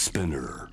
Spinner.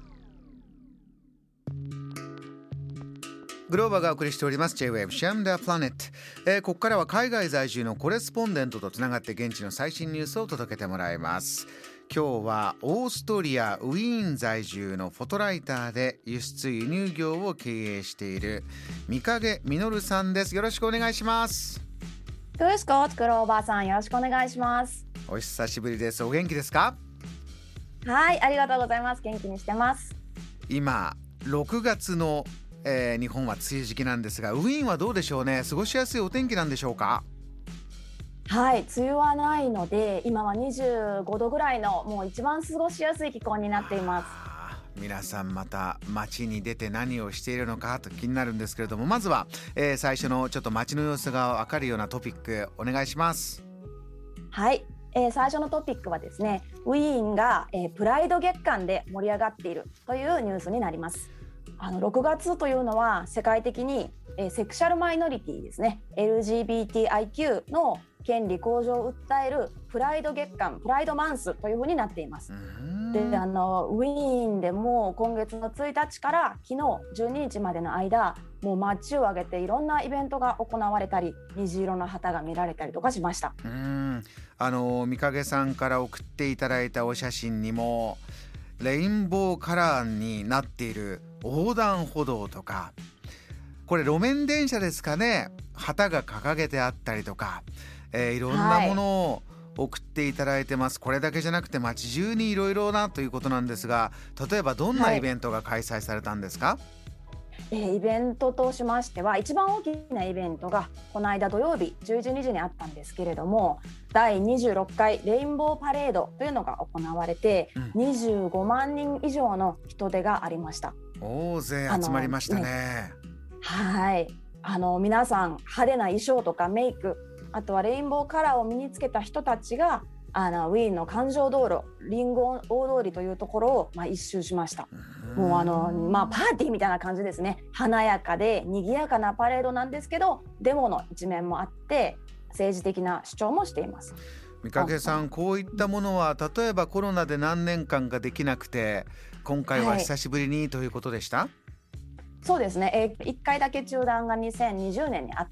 グローバーがお送りしております J-Wave Sham the Planet、ここからは海外在住のコレスポンデントとつながって現地の最新ニュースを届けてもらいます。今日はオーストリア・ウィーン在住のフォトライターで輸出輸入業を経営している三影実さんです。よろしくお願いします。 グースコットグローバーさん、よろしくお願いします。 お久しぶりです。お元気ですか？ はい、ありがとうございます。元気にしてます。 今6月の日本は梅雨時期なんですが、ウィーンはどうでしょうね。過ごしやすいお天気なんでしょうか？ はい、梅雨はないので今は25度ぐらいのもう一番過ごしやすい気候になっています。 皆さんまた街に出て何をしているのかと気になるんですけれども、まずは、最初のちょっと街の様子が分かるようなトピックお願いします。 はい、最初のトピックはですね、ウィーンが、プライド月間で盛り上がっているというニュースになります。6月というのは世界的に、セクシャルマイノリティですね、 LGBTIQ の権利向上を訴えるプライド月間、プライドマンスというふうになっています。で、ウィーンでも今月の1日から昨日12日までの間、もう街を挙げていろんなイベントが行われたり、虹色の旗が見られたりとかしました。 三影さんから送っていただいたお写真にもレインボーカラーになっている横断歩道とか、これ路面電車ですかね、旗が掲げてあったりとか、いろんなものを送っていただいてます。これだけじゃなくて街中にいろいろなということなんですが、例えばどんなイベントが開催されたんですか？ イベントとしましては、一番大きなイベントがこの間土曜日11時にあったんですけれども、第26回レインボーパレードというのが行われて、25万人以上の人出がありました。 大勢集まりましたね。 はい、皆さん派手な衣装とかメイク、あとはレインボーカラーを身につけた人たちがウィーンの環状道路、リンゴ大通りというところを、一周しました。もうパーティーみたいな感じですね。華やかで賑やかなパレードなんですけど、デモの一面もあって政治的な主張もしています。 三影さん、こういったものは例えばコロナで何年間かできなくて、今回は久しぶりにということでした？ そうですね、1回だけ中断が2020年にあって、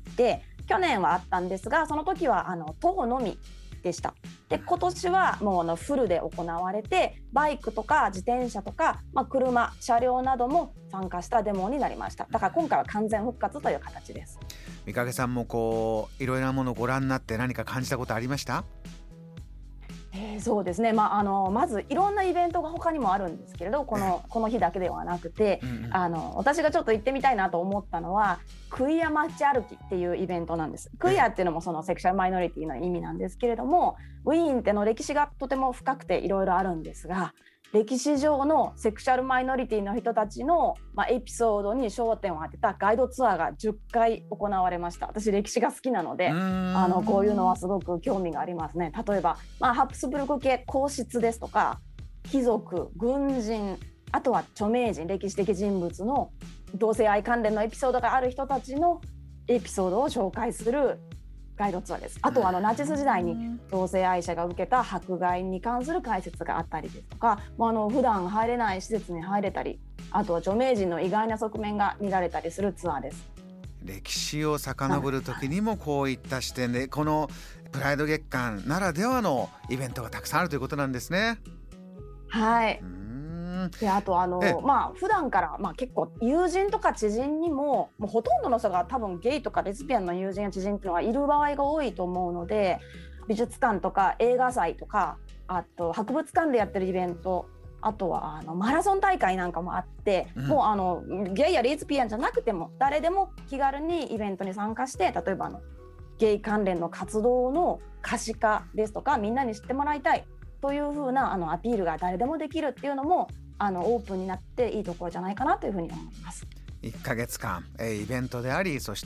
去年はあったんですが、その時は徒歩のみでした。で、今年はもうフルで行われて、バイクとか自転車とか、車、車両なども参加したデモになりました。だから今回は完全復活という形です。 三影さんもいろいろなものをご覧になって何か感じたことありました？ そうですね、まずいろんなイベントが他にもあるんですけれど、この日だけではなくて、私がちょっと行ってみたいなと思ったのはクイア街歩きっていうイベントなんです。クイアっていうのもそのセクシャルマイノリティの意味なんですけれども、ウィーンっての歴史がとても深くていろいろあるんですが、歴史上のセクシャルマイノリティの人たちの、エピソードに焦点を当てたガイドツアーが10回行われました。私歴史が好きなので、こういうのはすごく興味がありますね。例えば、ハプスブルク系皇室ですとか、貴族、軍人、あとは著名人、歴史的人物の同性愛関連のエピソードがある人たちのエピソードを紹介するガイドツアーです。あとはナチス時代に同性愛者が受けた迫害に関する解説があったりですとか、普段入れない施設に入れたり、あとは著名人の意外な側面が見られたりするツアーです。 歴史を遡る時にもこういった視点で、このプライド月間ならではのイベントがたくさんあるということなんですね。 はい。で、あと普段から、結構友人とか知人にもうほとんどの人が多分ゲイとかレズビアンの友人や知人っていうのがいる場合が多いと思うので、美術館とか映画祭とか、あと博物館でやってるイベント、あとはマラソン大会なんかもあって、もうゲイやレズビアンじゃなくても誰でも気軽にイベントに参加して、例えばゲイ関連の活動の可視化ですとか、みんなに知ってもらいたいという風なアピールが誰でもできるっていうのもオープンになっていいところじゃないかなというふうに思います。 1ヶ月間、イベントであり、そして、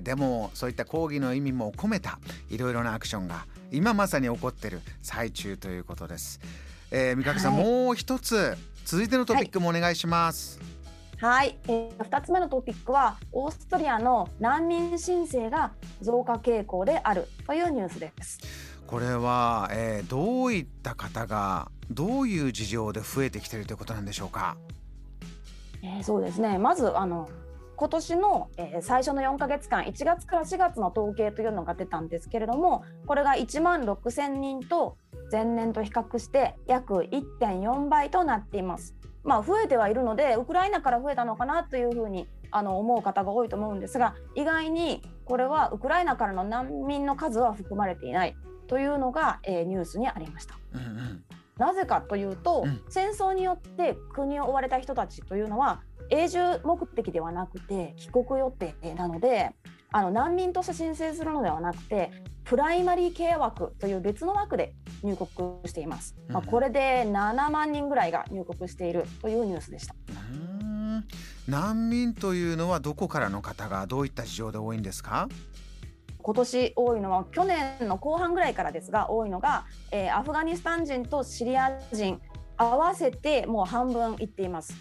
デモ、そういった抗議の意味も込めたいろいろなアクションが今まさに起こっている最中ということです。三影さん、もう一つ続いてのトピックもお願いします。 はい、2つ目のトピックはオーストリアの難民申請が増加傾向であるというニュースです。 これは、どういった方がどういう事情で増えてきているということなんでしょうか。 そうですね、まず今年の、最初の4ヶ月間1月から4月の統計というのが出たんですけれども、これが1万6000人と前年と比較して約 1.4 倍となっています。増えてはいるのでウクライナから増えたのかなというふうに思う方が多いと思うんですが、意外にこれはウクライナからの難民の数は含まれていないというのが、ニュースにありました。なぜかというと、戦争によって国を追われた人たちというのは永住目的ではなくて帰国予定なので、難民として申請するのではなくてプライマリーケア枠という別の枠で入国しています。これで7万人ぐらいが入国しているというニュースでした。 難民というのはどこからの方がどういった事情で多いんですか？ 今年多いのは去年の後半ぐらいからですが、多いのが、アフガニスタン人とシリア人合わせてもう半分いっています。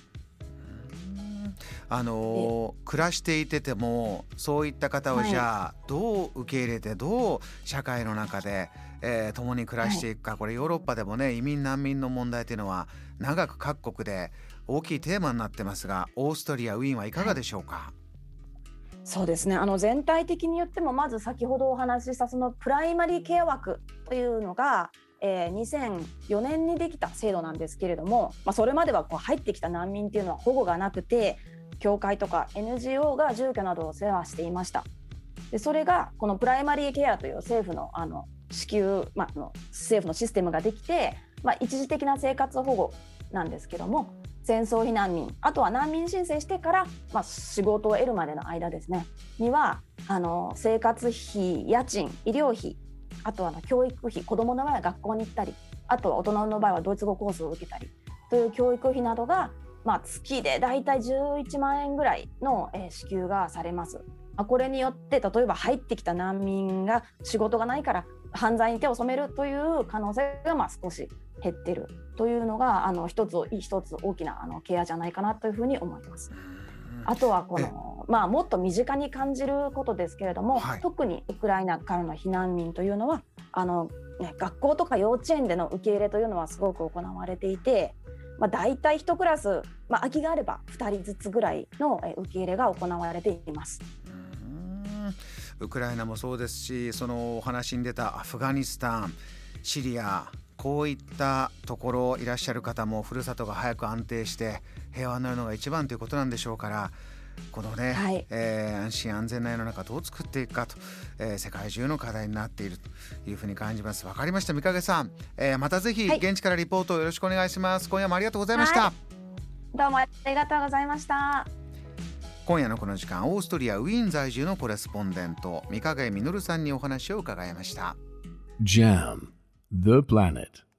暮らしていててもそういった方をじゃあどう受け入れてどう社会の中で、共に暮らしていくか、これヨーロッパでもね、移民難民の問題というのは長く各国で大きいテーマになってますが、オーストリアウィーンはいかがでしょうか？ そうですね、全体的に言ってもまず先ほどお話ししたそのプライマリーケア枠というのが、2004年にできた制度なんですけれども、それまでは入ってきた難民っていうのは保護がなくて教会とか NGO が住居などを世話していました。でそれがこのプライマリーケアという政府の支給、政府のシステムができて、一時的な生活保護なんですけども、戦争避難民、あとは難民申請してから、仕事を得るまでの間ですねには生活費、家賃、医療費、あとは教育費、子どもの場合は学校に行ったり、あとは大人の場合はドイツ語コースを受けたりという教育費などが、月でだいたい11万円ぐらいの、支給がされます。これによって例えば入ってきた難民が仕事がないから犯罪に手を染めるという可能性が少し減ってるというのが一つ大きなケアじゃないかなというふうに思います。あとはもっと身近に感じることですけれども、特にウクライナからの避難民というのは学校とか幼稚園での受け入れというのはすごく行われていて、だいたい1クラス、空きがあれば2人ずつぐらいの受け入れが行われています。 ウクライナもそうですし、そのお話に出たアフガニスタン、シリア、こういったところいらっしゃる方もふるさとが早く安定して平和になるのが一番ということなんでしょうから、このね、安心安全な世の中どう作っていくかと、世界中の課題になっているというふうに感じます。わかりました、三影さん、またぜひ現地からリポートをよろしくお願いします。今夜もありがとうございました。 どうもありがとうございました。 今夜のこの時間、オーストリアウィーン在住のコレスポンデント三影実さんにお話を伺いました。 JAM The Planet